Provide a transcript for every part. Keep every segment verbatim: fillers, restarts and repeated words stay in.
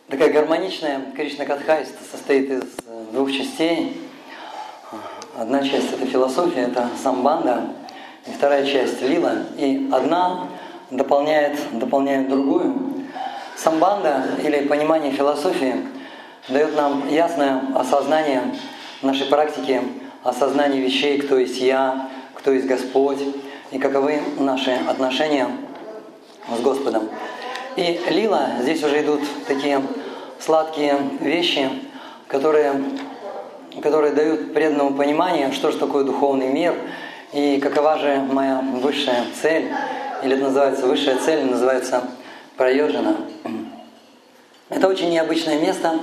Такая гармоничная Кришна-катха состоит из двух частей. Одна часть – это философия, это самбанда, и вторая часть – лила. И одна дополняет, дополняет другую. Самбанда или понимание философии дает нам ясное осознание нашей практики, осознание вещей, кто есть Я, кто есть Господь, и каковы наши отношения с Господом. И лила, здесь уже идут такие сладкие вещи, которые, которые дают преданному понимание, что же такое духовный мир, и какова же моя высшая цель, или это называется высшая цель, называется прайоджана. Это очень необычное место,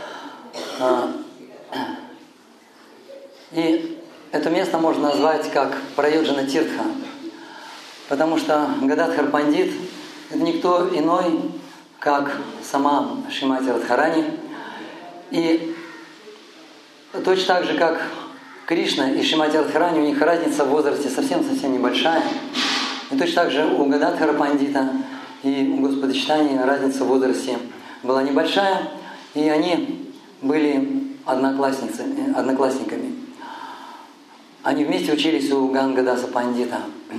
и это место можно назвать как прайоджана тиртха, потому что Гададхар Пандит – это никто иной, как сама Шримати Радхарани. И точно так же, как Кришна и Шримати Радхарани, у них разница в возрасте совсем-совсем небольшая. И точно так же у Гададхара Пандита и у Господа Чайтаньи разница в возрасте была небольшая, и они были одноклассницами, одноклассниками. Они вместе учились у Гангадаса Пандита.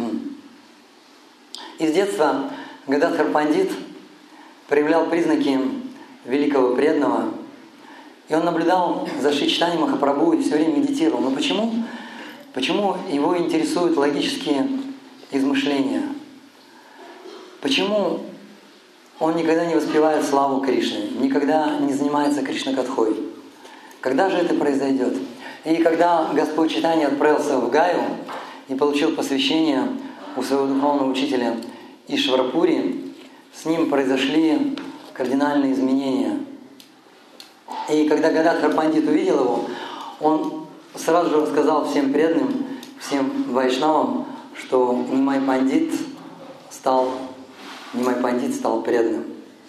И с детства Гададхар Пандит проявлял признаки великого преданного, и он наблюдал за Шри Чайтаньей Махапрабху и все время медитировал. Но почему? Почему его интересуют логические измышления? Почему он никогда не воспевает славу Кришны, никогда не занимается Кришна-катхой? Когда же это произойдет? И когда Господь Чайтанья отправился в Гаю и получил посвящение у своего духовного учителя Ишварапури, с ним произошли кардинальные изменения. И когда Гададхар Пандит увидел его, он сразу же рассказал всем преданным, всем вайшнавам, что Нимай Пандит стал, Нимай Пандит стал преданным.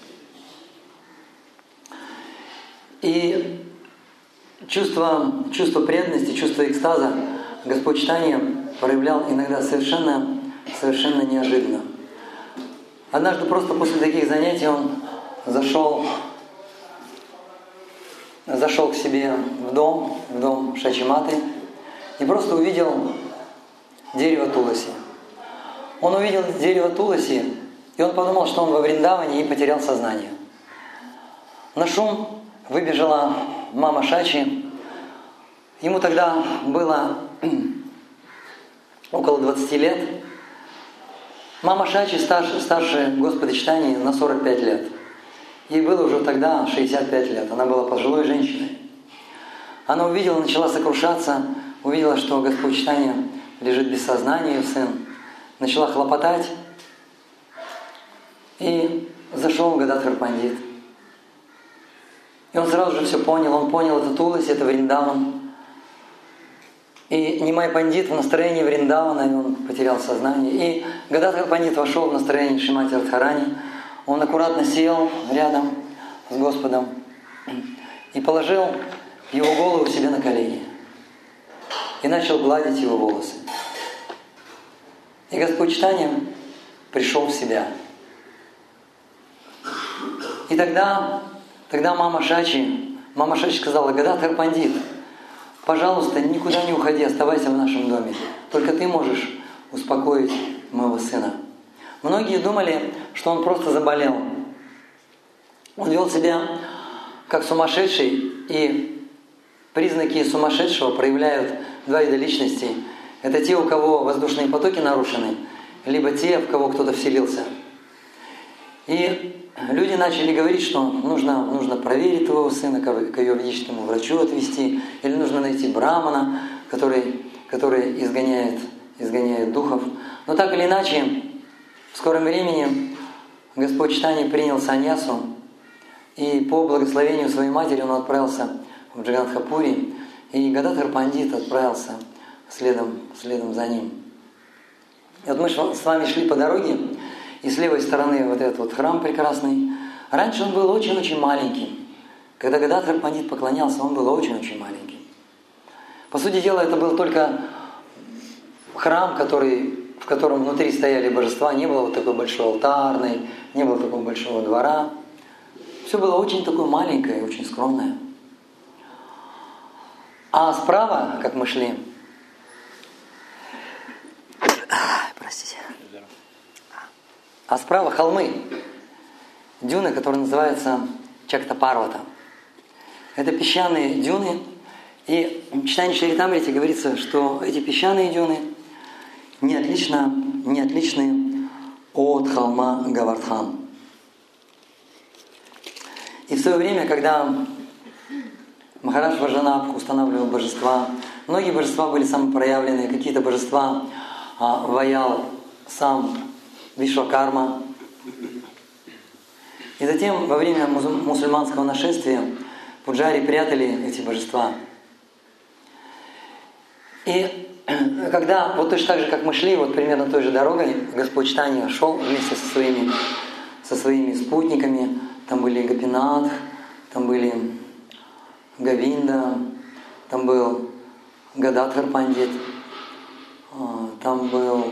И чувство, чувство преданности, чувство экстаза Господь Чайтанья проявлял иногда совершенно, совершенно неожиданно. Однажды просто после таких занятий он зашел, зашел к себе в дом, в дом Шачиматы, и просто увидел дерево Туласи. Он увидел дерево Туласи, и он подумал, что он во Вриндаване, и потерял сознание. На шум выбежала мама Шачи. Ему тогда было около двадцати лет. Мама Шачи старше, старше Господа Чайтаньи на сорок пять лет. Ей было уже тогда шестьдесят пять лет. Она была пожилой женщиной. Она увидела, начала сокрушаться, увидела, что Господь Чайтанья лежит без сознания, ее сын. Начала хлопотать. И зашел Гададхар Пандит. И он сразу же все понял. Он понял, это Туласи, это Вриндаван. И Нимай Пандит в настроении Вриндавана, и он потерял сознание. И Гададхар Пандит вошел в настроение Шримати Радхарани. Он аккуратно сел рядом с Господом и положил его голову себе на колени. И начал гладить его волосы. И Господь Чайтанья пришел в себя. И тогда, тогда мама Шачи, мама Шачи сказала: Гададхар Пандит, пожалуйста, никуда не уходи, оставайся в нашем доме. Только ты можешь успокоить моего сына. Многие думали, что он просто заболел. Он вел себя как сумасшедший, и признаки сумасшедшего проявляют два вида личностей. Это те, у кого воздушные потоки нарушены, либо те, в кого кто-то вселился. И люди начали говорить, что нужно, нужно проверить твоего сына, к аюрведическому врачу отвезти, или нужно найти брамана, который, который изгоняет, изгоняет духов. Но так или иначе, в скором времени Господь Чайтанья принял саньясу, и по благословению своей матери он отправился в Джаганатхапури, и Гададхар Пандит отправился следом, следом за ним. И вот мы с вами шли по дороге, и с левой стороны вот этот вот храм прекрасный. Раньше он был очень-очень маленьким. Когда Гададхар Пандит поклонялся, он был очень-очень маленьким. По сути дела, это был только храм, который, в котором внутри стояли божества. Не было вот такой большой алтарной, не было такого большого двора. Все все было очень такое маленькое, очень скромное. А справа, как мы шли, простите, а справа холмы, дюны, которые называются Чактапарвата. Это песчаные дюны, и в читании Чаритамрити говорится, что эти песчаные дюны не, отлично, не отличны от холма Гавардхан. И в свое время, когда Махарадж Важанабх устанавливал божества, многие божества были самопроявленные, какие-то божества а, ваял сам Вишвакарма. И затем, во время мусульманского нашествия, пуджари прятали эти божества. И когда, вот точно так же, как мы шли, вот примерно той же дорогой, Господь Чайтанья шел вместе со своими, со своими спутниками. Там были Гопинатх, там были Говинда, там был Гададхар Пандит, там был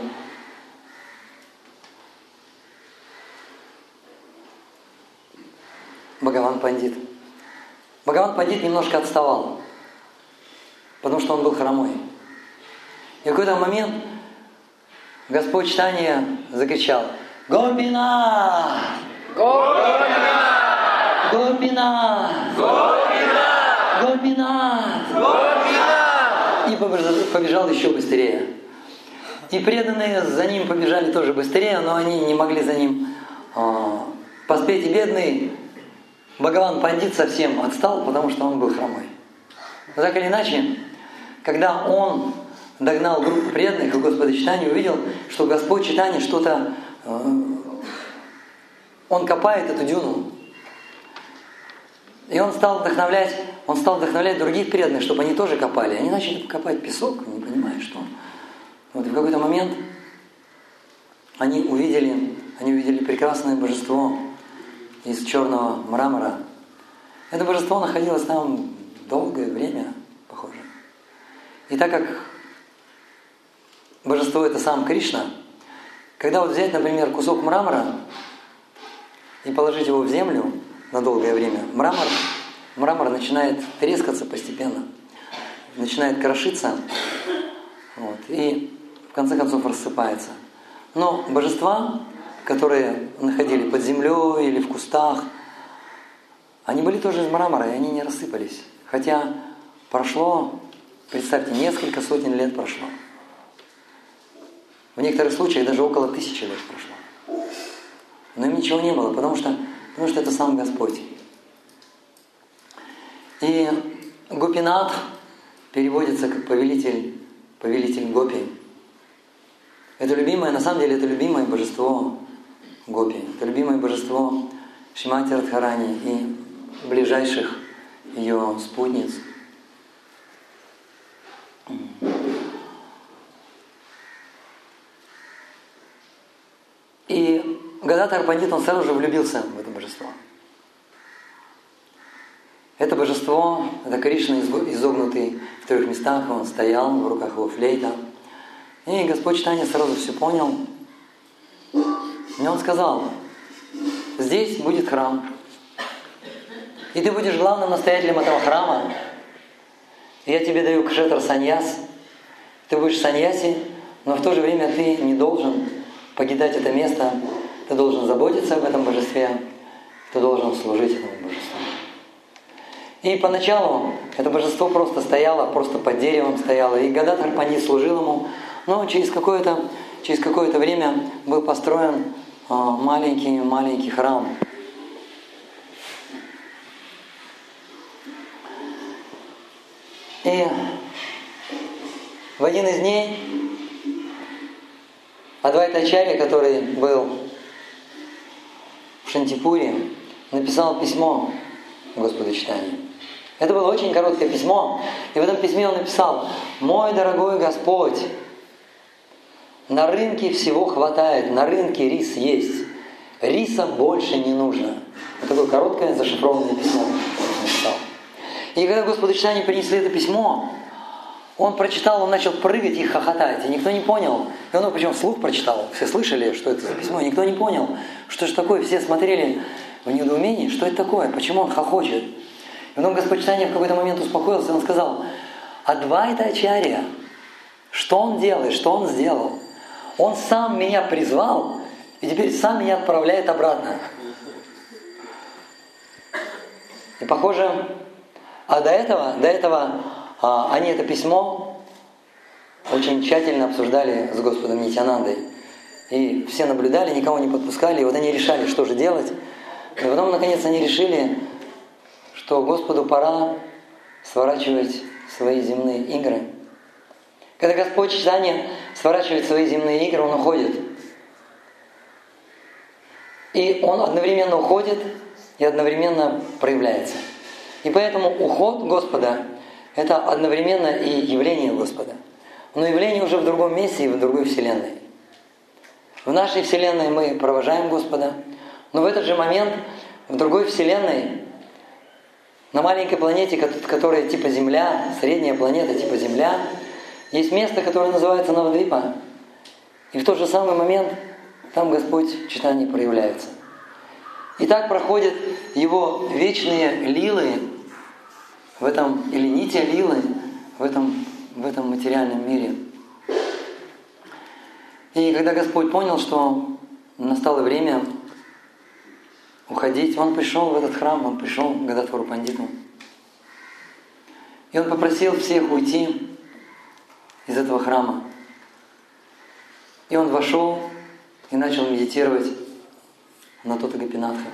Бхагаван Пандит. Бхагаван Пандит немножко отставал, потому что он был хромой. И в какой-то момент Господь Чайтанья закричал: «Гопинатх! Гопинатх! Гопинатх! Гопинатх! Гопинатх!» И побежал еще быстрее. И преданные за ним побежали тоже быстрее, но они не могли за ним э, поспеть. И бедный Бхагаван Пандит совсем отстал, потому что он был хромой. Но так или иначе, когда он догнал группу преданных, и Господа Чайтанья увидел, что Господь Чайтанья что-то, э, он копает эту дюну. И он стал вдохновлять, он стал вдохновлять других преданных, чтобы они тоже копали. Они начали копать песок, не понимая, что. Вот и в какой-то момент они увидели, они увидели прекрасное божество из черного мрамора. Это божество находилось там долгое время, похоже. И так как божество это сам Кришна, когда вот взять, например, кусок мрамора и положить его в землю на долгое время, мрамор, мрамор начинает трескаться постепенно, начинает крошиться, вот, и в конце концов рассыпается. Но божества, которые находили под землей или в кустах, они были тоже из мрамора, и они не рассыпались. Хотя прошло, представьте, несколько сотен лет прошло. В некоторых случаях даже около тысячи лет прошло. Но им ничего не было, потому что, потому что это сам Господь. И Гопинатх переводится как повелитель, повелитель Гопи. Это любимое, на самом деле, это любимое божество Гопи. Это любимое божество Шримати Радхарани и ближайших ее спутниц. И Гададхар Пандит, он сразу же влюбился в это божество. Это божество, это Кришна, изогнутый в трех местах, он стоял, в руках его флейта. И Господь Чайтанья сразу все понял. И он сказал: здесь будет храм. И ты будешь главным настоятелем этого храма. И я тебе даю кшетра саньяс. Ты будешь саньяси, но в то же время ты не должен покидать это место. Ты должен заботиться об этом божестве. Ты должен служить этому божеству. И поначалу это божество просто стояло, просто под деревом стояло. И Гададхар Пандит служил ему. Но через какое-то, через какое-то время был построен маленький-маленький храм. И в один из дней Адвайта-ачарья, который был в Шантипуре, написал письмо Господу Чайтанье. Это было очень короткое письмо, и в этом письме он написал: «Мой дорогой Господь, на рынке всего хватает, на рынке рис есть, риса больше не нужно». Вот такое короткое зашифрованное письмо он написал. И когда Господу Чайтанье принесли это письмо, он прочитал, он начал прыгать и хохотать, и никто не понял. И он его причем вслух прочитал, все слышали, что это за письмо, и никто не понял, что же такое. Все смотрели, в недоумении, что это такое, почему он хохочет. И потом Господь Чайтанья в какой-то момент успокоился, и он сказал: Адвайта Ачарья, что он делает, что он сделал? Он сам меня призвал, и теперь сам меня отправляет обратно. И похоже, а до этого, до этого а, они это письмо очень тщательно обсуждали с Господом Нитьянандой. И все наблюдали, никого не подпускали, и вот они решали, что же делать. И потом, наконец, они решили, что Господу пора сворачивать свои земные игры. Когда Господь Чайтанья сворачивает свои земные игры, Он уходит. И Он одновременно уходит и одновременно проявляется. И поэтому уход Господа – это одновременно и явление Господа. Но явление уже в другом месте и в другой вселенной. В нашей вселенной мы провожаем Господа, но в этот же момент в другой вселенной, на маленькой планете, которая типа Земля, средняя планета типа Земля, есть место, которое называется Навадвипа. И в тот же самый момент там Господь Чайтанья проявляется. И так проходят Его вечные лилы в этом, или нити лилы в этом, в этом материальном мире. И когда Господь понял, что настало время уходить, Он пришел в этот храм, Он пришел к Гададхару Пандиту. И Он попросил всех уйти из этого храма. И Он вошел и начал медитировать на Тота Гопинатха.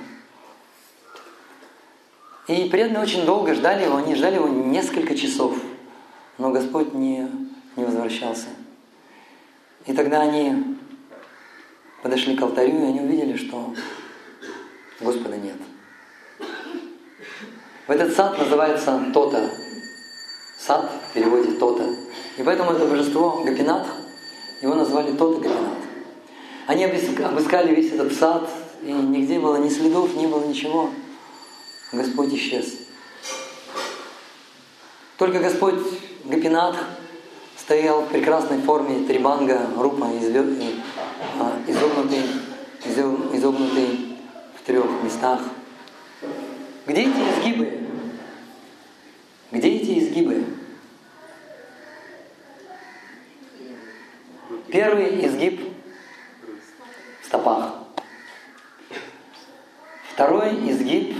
И преданные очень долго ждали его, они ждали его несколько часов, но Господь не, не возвращался. И тогда они подошли к алтарю, и они увидели, что Господа нет. В этот сад называется Тота. Сад в переводе Тота. И поэтому это божество Гопинатх, его назвали Тота Гопинатх. Они обыскали весь этот сад, и нигде было ни следов, не было ничего. Господь исчез. Только Господь Гопинатх стоял в прекрасной форме трибанга, рупа, изогнутый, изогнутый в трех местах. Где эти изгибы? Где эти изгибы? Первый изгиб в стопах. Второй изгиб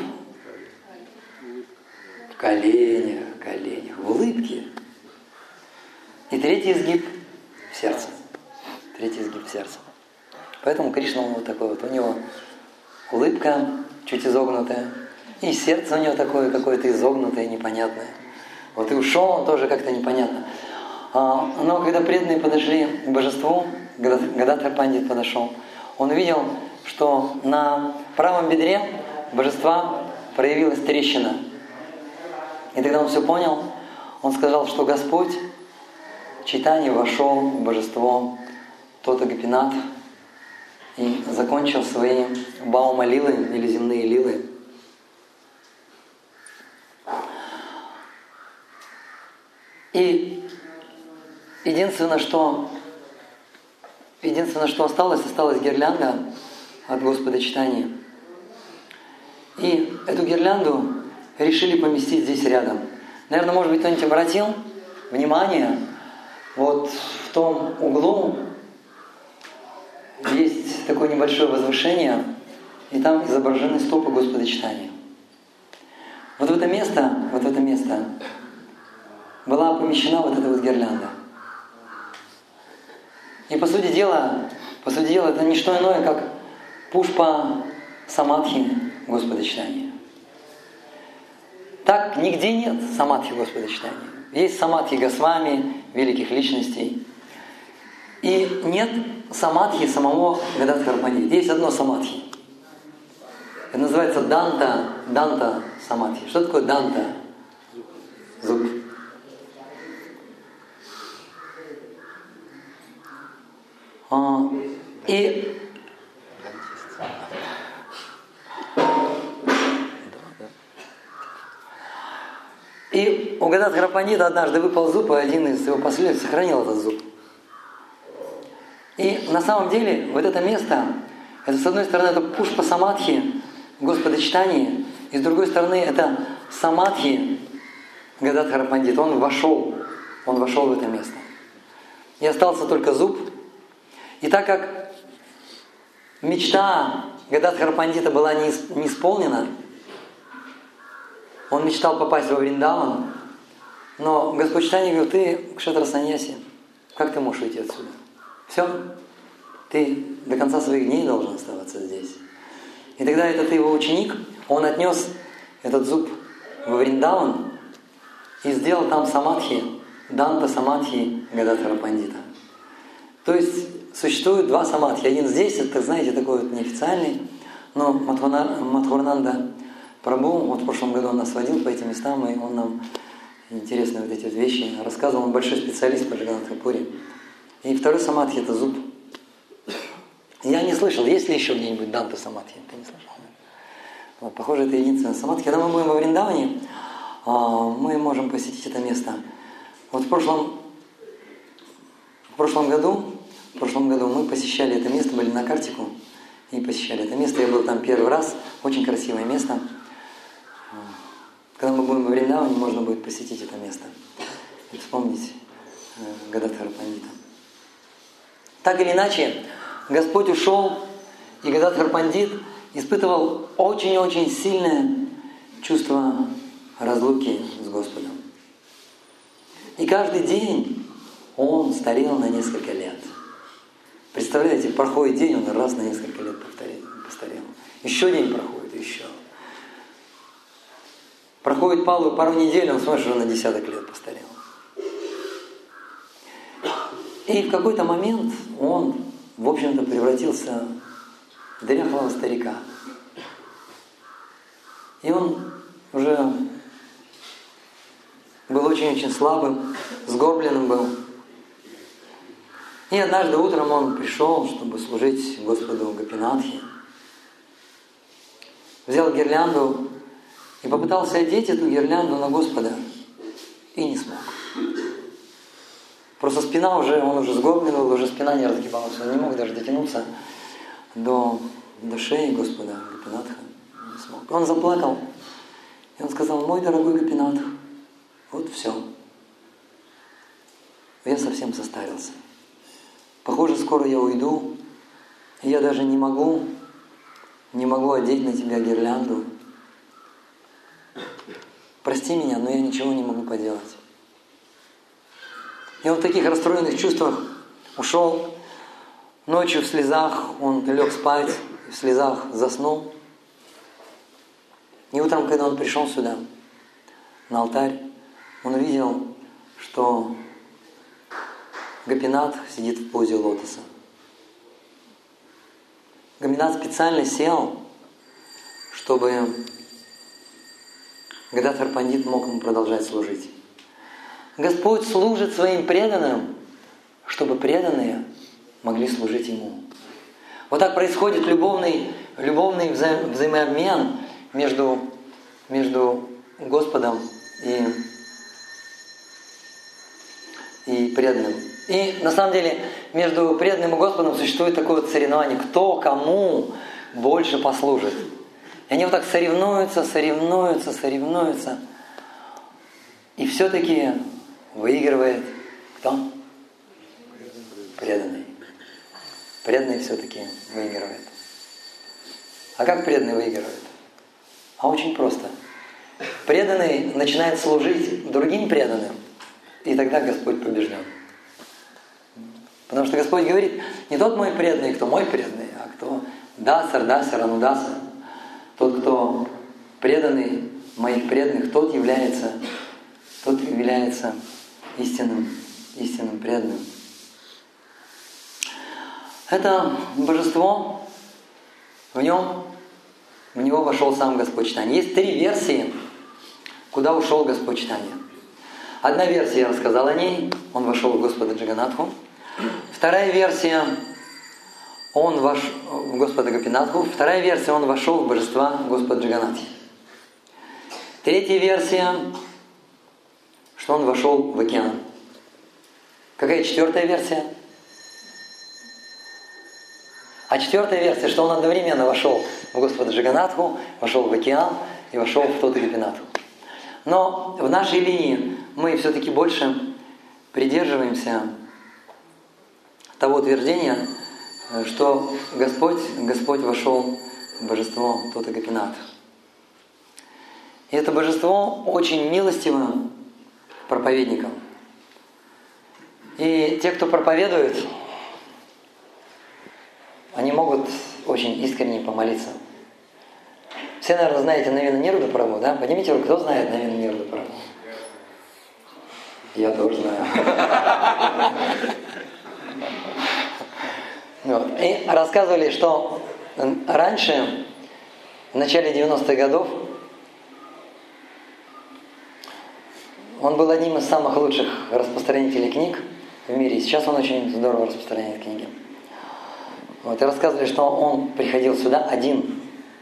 в коленях, коленях, в улыбке. И третий изгиб в сердце. Третий изгиб в сердце. Поэтому Кришна, он вот такой вот. У него улыбка чуть изогнутая. И сердце у него такое какое-то изогнутое, непонятное. Вот и ушел он тоже как-то непонятно. Но когда преданные подошли к божеству, Гададхар Пандит подошел, он увидел, что на правом бедре божества проявилась трещина. И тогда он все понял. Он сказал, что Господь Чайтанья вошел в божество Тота Гопинатх и закончил свои баума лилы или земные лилы. И единственное, что единственное, что осталось, осталась гирлянда от Господа Чайтаньи. И эту гирлянду решили поместить здесь рядом. Наверное, может быть, кто-нибудь обратил внимание, вот в том углу есть такое небольшое возвышение, и там изображены стопы Господа Чайтаньи. Вот в это место, вот в это место была помещена вот эта вот гирлянда. И по сути дела, по сути дела, это не что иное, как пушпа самадхи Господа Чайтаньи. Так нигде нет самадхи Господа Чайтаньи. Есть самадхи Госвами, великих личностей. И нет самадхи самого Гададхара Пандита. Есть одно самадхи. Это называется данта, данта самадхи. Что такое данта? Зуб. А, и И у Гададхара Пандита однажды выпал зуб, и один из его последователей сохранил этот зуб. И на самом деле вот это место, это с одной стороны это пушпа самадхи господочитание, и с другой стороны это самадхи Гададхара Пандит. Он вошел, он вошел в это место. И остался только зуб. И так как мечта Гададхара Пандита была не исполнена, он мечтал попасть во Вриндаван, но Господь Чайтанья говорил: ты кшетра саньяси, как ты можешь уйти отсюда? Все, ты до конца своих дней должен оставаться здесь. И тогда этот его ученик, он отнес этот зуб во Вриндаван и сделал там самадхи, данта самадхи Гададхара Пандита. То есть существует два самадхи. Один здесь, это, знаете, такой вот неофициальный, но Мадхурананда Прабху, вот в прошлом году он нас водил по этим местам, и он нам интересные вот эти вот вещи рассказывал. Он большой специалист по Джаганнатхапури. И второй самадхи – это зуб. Я не слышал, есть ли еще где-нибудь данта самадхи? Ты не слышал? Вот, похоже, это единственное самадхи. Когда мы будем во Вриндаване, мы можем посетить это место. Вот в прошлом, в прошлом году, в прошлом году мы посещали это место, были на Картику и посещали это место. Я был там первый раз. Очень красивое место. Когда мы будем во Вриндаване, можно будет посетить это место и вспомнить Гададхара Пандита. Так или иначе, Господь ушел, и Гададхар Пандит испытывал очень-очень сильное чувство разлуки с Господом. И каждый день он старел на несколько лет. Представляете, проходит день, он раз на несколько лет постарел. Еще день проходит, еще. Проходит пару, пару недель, он смотрит, что на десяток лет постарел. И в какой-то момент он, в общем-то, превратился в дряхлого старика. И он уже был очень-очень слабым, сгорбленным был. И однажды утром он пришел, чтобы служить Господу Гопинатхе. Взял гирлянду и попытался одеть эту гирлянду на Господа. И не смог. Просто спина уже, он уже сгорблен был, уже спина не разгибалась. Он не мог даже дотянуться до, до шеи Господа Гопинатха. Не смог. Он заплакал. И он сказал: мой дорогой Гопинатх, вот все. Я совсем состарился. Похоже, скоро я уйду. И я даже не могу, не могу одеть на тебя гирлянду. Прости меня, но я ничего не могу поделать. И он в таких расстроенных чувствах ушел. Ночью в слезах он лег спать, в слезах заснул. И утром, когда он пришел сюда, на алтарь, он увидел, что Гопинатх сидит в позе лотоса. Гопинатх специально сел, чтобы Гададхар Пандит мог ему продолжать служить. Господь служит своим преданным, чтобы преданные могли служить Ему. Вот так происходит любовный, любовный вза- взаимообмен между, между Господом и, и преданным. И на самом деле между преданным и Господом существует такое вот соревнование, кто кому больше послужит. И они вот так соревнуются, соревнуются, соревнуются. И все-таки выигрывает кто? Преданный. Преданный все-таки выигрывает. А как преданный выигрывает? А очень просто. Преданный начинает служить другим преданным, и тогда Господь побежден. Потому что Господь говорит: не тот мой преданный, кто мой преданный, а кто дасар, дасар, анудасар. Тот, кто преданный моих преданных, тот является, тот является истинным, истинным преданным. Это божество, в нем, в него вошел сам Господь Чайтанья. Есть три версии, куда ушел Господь Чайтанья. Одна версия, я рассказал о ней, он вошел в Господа Джаганнатху. Вторая версия, он вошел в Господа Гопинатху. Вторая версия, он вошел в божества Господа Джаганнатхи. Третья версия, что он вошел в океан. Какая четвертая версия? А четвертая версия, что он одновременно вошел в Господа Джаганнатху, вошел в океан и вошел в Тота Гопинатху. Но в нашей линии мы все-таки больше придерживаемся того утверждения, что Господь, Господь вошел в божество Тота Гопинатха. И это божество очень милостиво проповедникам. И те, кто проповедует, они могут очень искренне помолиться. Все, наверное, знаете Навина Нируда Прабху, да? Поднимите руку, кто знает Навина Нируда Прабху? Я тоже знаю. И рассказывали, что раньше, в начале девяностых годов, он был одним из самых лучших распространителей книг в мире. И сейчас он очень здорово распространяет книги. Вот, и рассказывали, что он приходил сюда один.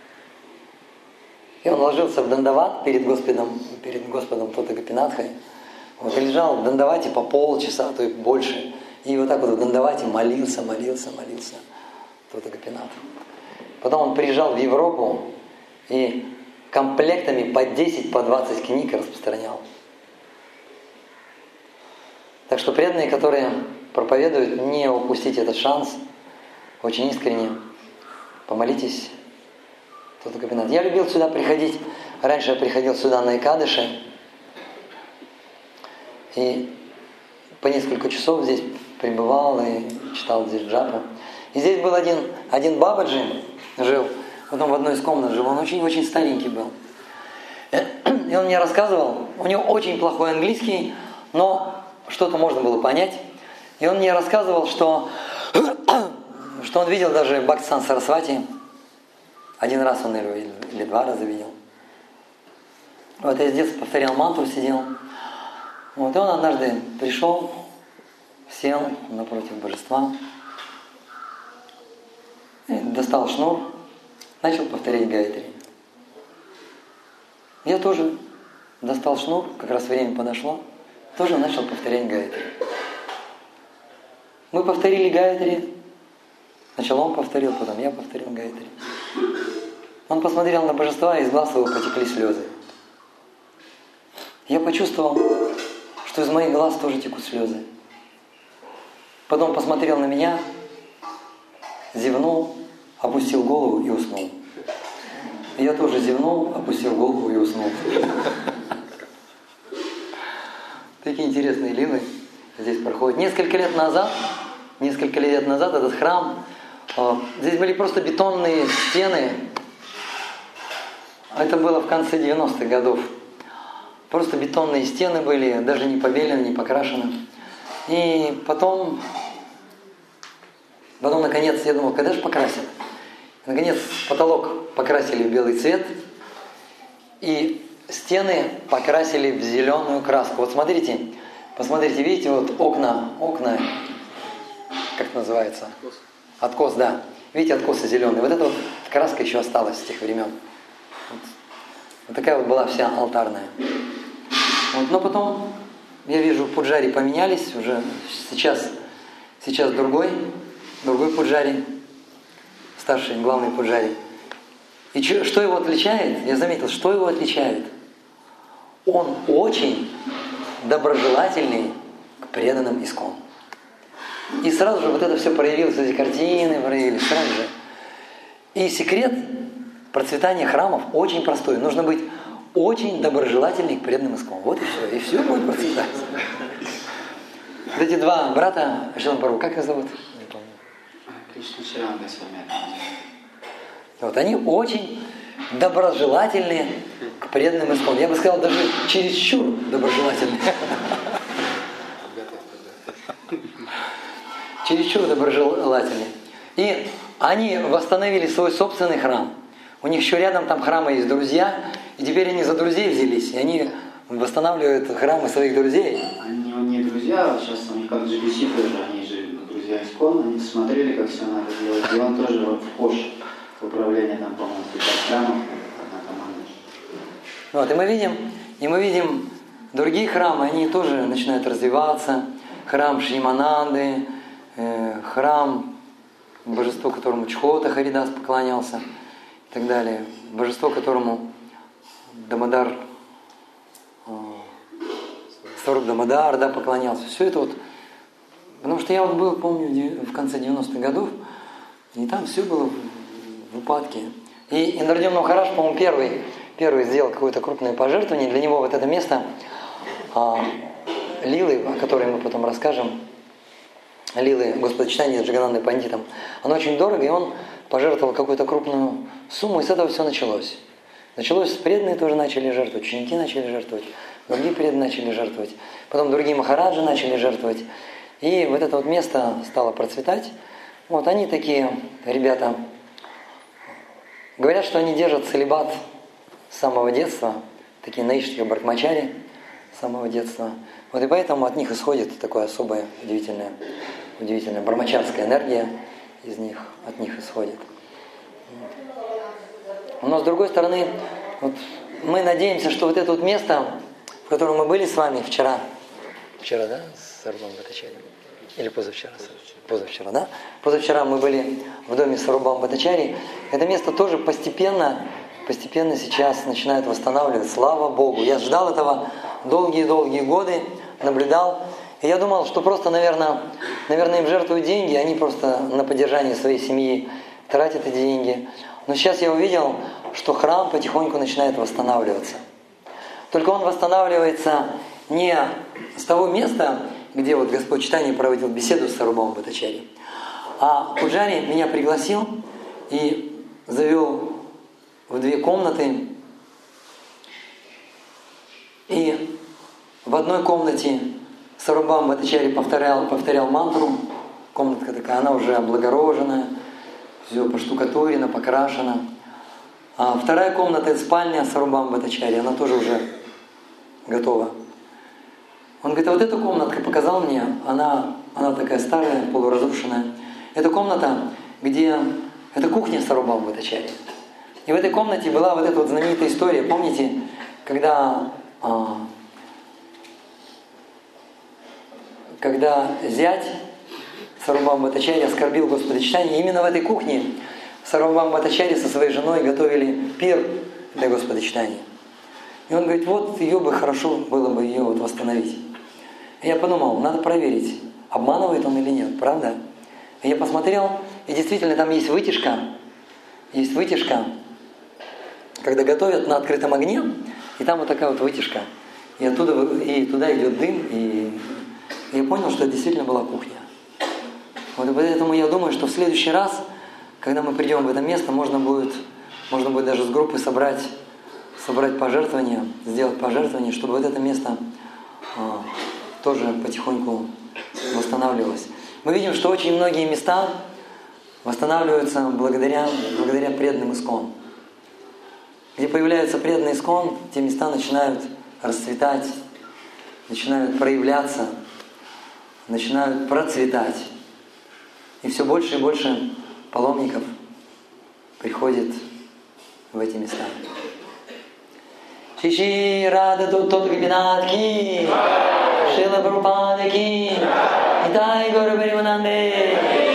И он ложился в дандават перед Господом, перед Господом Тота Гопинатхой. Вот, и лежал в дандавате по полчаса, а то и больше. И вот так вот в дандавате молился, молился, молился Тота Гопинатху. Потом он приезжал в Европу и комплектами по десять, по двадцать книг распространял. Так что преданные, которые проповедуют, не упустите этот шанс. Очень искренне помолитесь Тота Гопинатху. Я любил сюда приходить. Раньше я приходил сюда на Экадыши. И по несколько часов здесь пребывал и читал здесь джапу. И здесь был один, один бабаджи, жил, потом в одной из комнат жил. Он очень-очень старенький был. И он мне рассказывал, у него очень плохой английский, но что-то можно было понять. И он мне рассказывал, что, что он видел даже Бхактисиданта Сарасвати. Один раз он или, или два раза видел. Вот я с детства повторял мантру, сидел. Вот, и он однажды пришел, сел напротив божества, и достал шнур, начал повторять гайатри. Я тоже достал шнур, как раз время подошло, тоже начал повторять гайатри. Мы повторили гайатри, сначала он повторил, потом я повторил гайатри. Он посмотрел на божества, и из глаз его потекли слезы. Я почувствовал, что из моих глаз тоже текут слезы. Потом посмотрел на меня, зевнул, опустил голову и уснул. И я тоже зевнул, опустил голову и уснул. Такие интересные лилы здесь проходят. Несколько лет назад, несколько лет назад этот храм, здесь были просто бетонные стены. Это было в конце девяностых годов. Просто бетонные стены были, даже не побелены, не покрашены. И потом, потом наконец, я думал, когда же покрасят? Наконец, потолок покрасили в белый цвет, и стены покрасили в зеленую краску. Вот смотрите, посмотрите, видите, вот окна, окна, как это называется? Откос, да. Видите, откосы зеленые. Вот эта вот краска еще осталась с тех времен. Вот, вот такая вот была вся алтарная. Вот, но потом, я вижу, пуджари поменялись, уже сейчас, сейчас другой, другой пуджари, старший, главный пуджари. И че, что его отличает? Я заметил, что его отличает? Он очень доброжелательный к преданным искон. И сразу же вот это все проявилось, эти картины проявились, сразу же. И секрет процветания храмов очень простой. Нужно быть очень доброжелательный к преданным искон. Вот и все. И все будет процветать. Вот эти два брата, Шрила Прабху, как их зовут? Не помню. Кришна Ширанда с вами. Вот они очень доброжелательные к преданным искон. Я бы сказал, даже чересчур доброжелательные. Чересчур доброжелательные. И они восстановили свой собственный храм. У них еще рядом там храмы есть друзья, и теперь они за друзей взялись, и они восстанавливают храмы своих друзей. Они не друзья, вот сейчас у них как джи би си тоже, они же друзья искон, они смотрели, как все надо делать, и он тоже вот вхож в управление там, по-моему, храмов, одна команда. Вот, и мы видим, и мы видим другие храмы, они тоже начинают развиваться. Храм Шримананды, э, храм божество, которому Чхота Харидас поклонялся и так далее, божество, которому Дамодар, Сваруб Дамодар, да, поклонялся. Все это вот, потому что я вот был, помню, в конце девяностых годов, и там все было в, в упадке. И Индрадьюмна Махарадж, по-моему, первый, первый сделал какое-то крупное пожертвование. Для него вот это место а, Лилы, о которой мы потом расскажем, Лилы Господочитания с Джаганандой Пандитом, оно очень дорого, и он пожертвовал какую-то крупную сумму, и с этого все началось. Началось, преданные тоже начали жертвовать, ученики начали жертвовать, другие преданные начали жертвовать, потом другие махараджи начали жертвовать. И вот это вот место стало процветать. Вот они такие, ребята, говорят, что они держат целибат с самого детства, такие наиштхи брахмачари с самого детства. Вот и поэтому от них исходит такая особая, удивительная, удивительная брахмачарская энергия из них, от них исходит. Но с другой стороны, вот мы надеемся, что вот это вот место, в котором мы были с вами вчера, вчера, да, с Сарубхам Бхаттачарьей? Или позавчера? Позавчера, да? Позавчера мы были в доме Сарубхам Бхаттачарьи. Это место тоже постепенно, постепенно сейчас начинает восстанавливаться. Слава Богу! Я ждал этого долгие-долгие годы, наблюдал. И я думал, что просто, наверное, наверное, им жертвуют деньги, они просто на поддержание своей семьи тратят эти деньги. Но сейчас я увидел, что храм потихоньку начинает восстанавливаться. Только он восстанавливается не с того места, где вот Господь Чайтанья проводил беседу с Сарубхамом Бхаттачарьей, а Пуджари меня пригласил и завел в две комнаты. И в одной комнате Сарубхам Бхаттачарья повторял, повторял мантру. Комнатка такая, она уже облагороженная, все поштукатурено, покрашено. А вторая комната — это спальня Сарубхама Бхаттачарьи, она тоже уже готова. Он говорит, а вот эта комнатка показал мне, она, она такая старая, полуразрушенная. Это комната, где... Это кухня Сарубхама Бхаттачарьи. И в этой комнате была вот эта вот знаменитая история, помните, когда... А, когда зять Сарубхама Бхаттачарьи оскорбил Господа Чайтаньи, именно в этой кухне Сарубхама Бхаттачарьи со своей женой готовили пир для Господа Чайтаньи. И он говорит, вот ее бы хорошо было бы ее вот восстановить. И я подумал, надо проверить, обманывает он или нет, правда? И я посмотрел, и действительно там есть вытяжка, есть вытяжка, когда готовят на открытом огне, и там вот такая вот вытяжка. И оттуда, и туда идет дым, и я понял, что это действительно была кухня. Вот и поэтому я думаю, что в следующий раз, когда мы придем в это место, можно будет, можно будет даже с группой собрать, собрать пожертвования, сделать пожертвования, чтобы вот это место а, тоже потихоньку восстанавливалось. Мы видим, что очень многие места восстанавливаются благодаря, благодаря преданным искон. Где появляются преданные искон, те места начинают расцветать, начинают проявляться, начинают процветать. И все больше и больше паломников приходит в эти места. Шиши Рада Тот Гопинат Ки, Шрила Прабхупада Ки, Нитай Гаура Паримананде.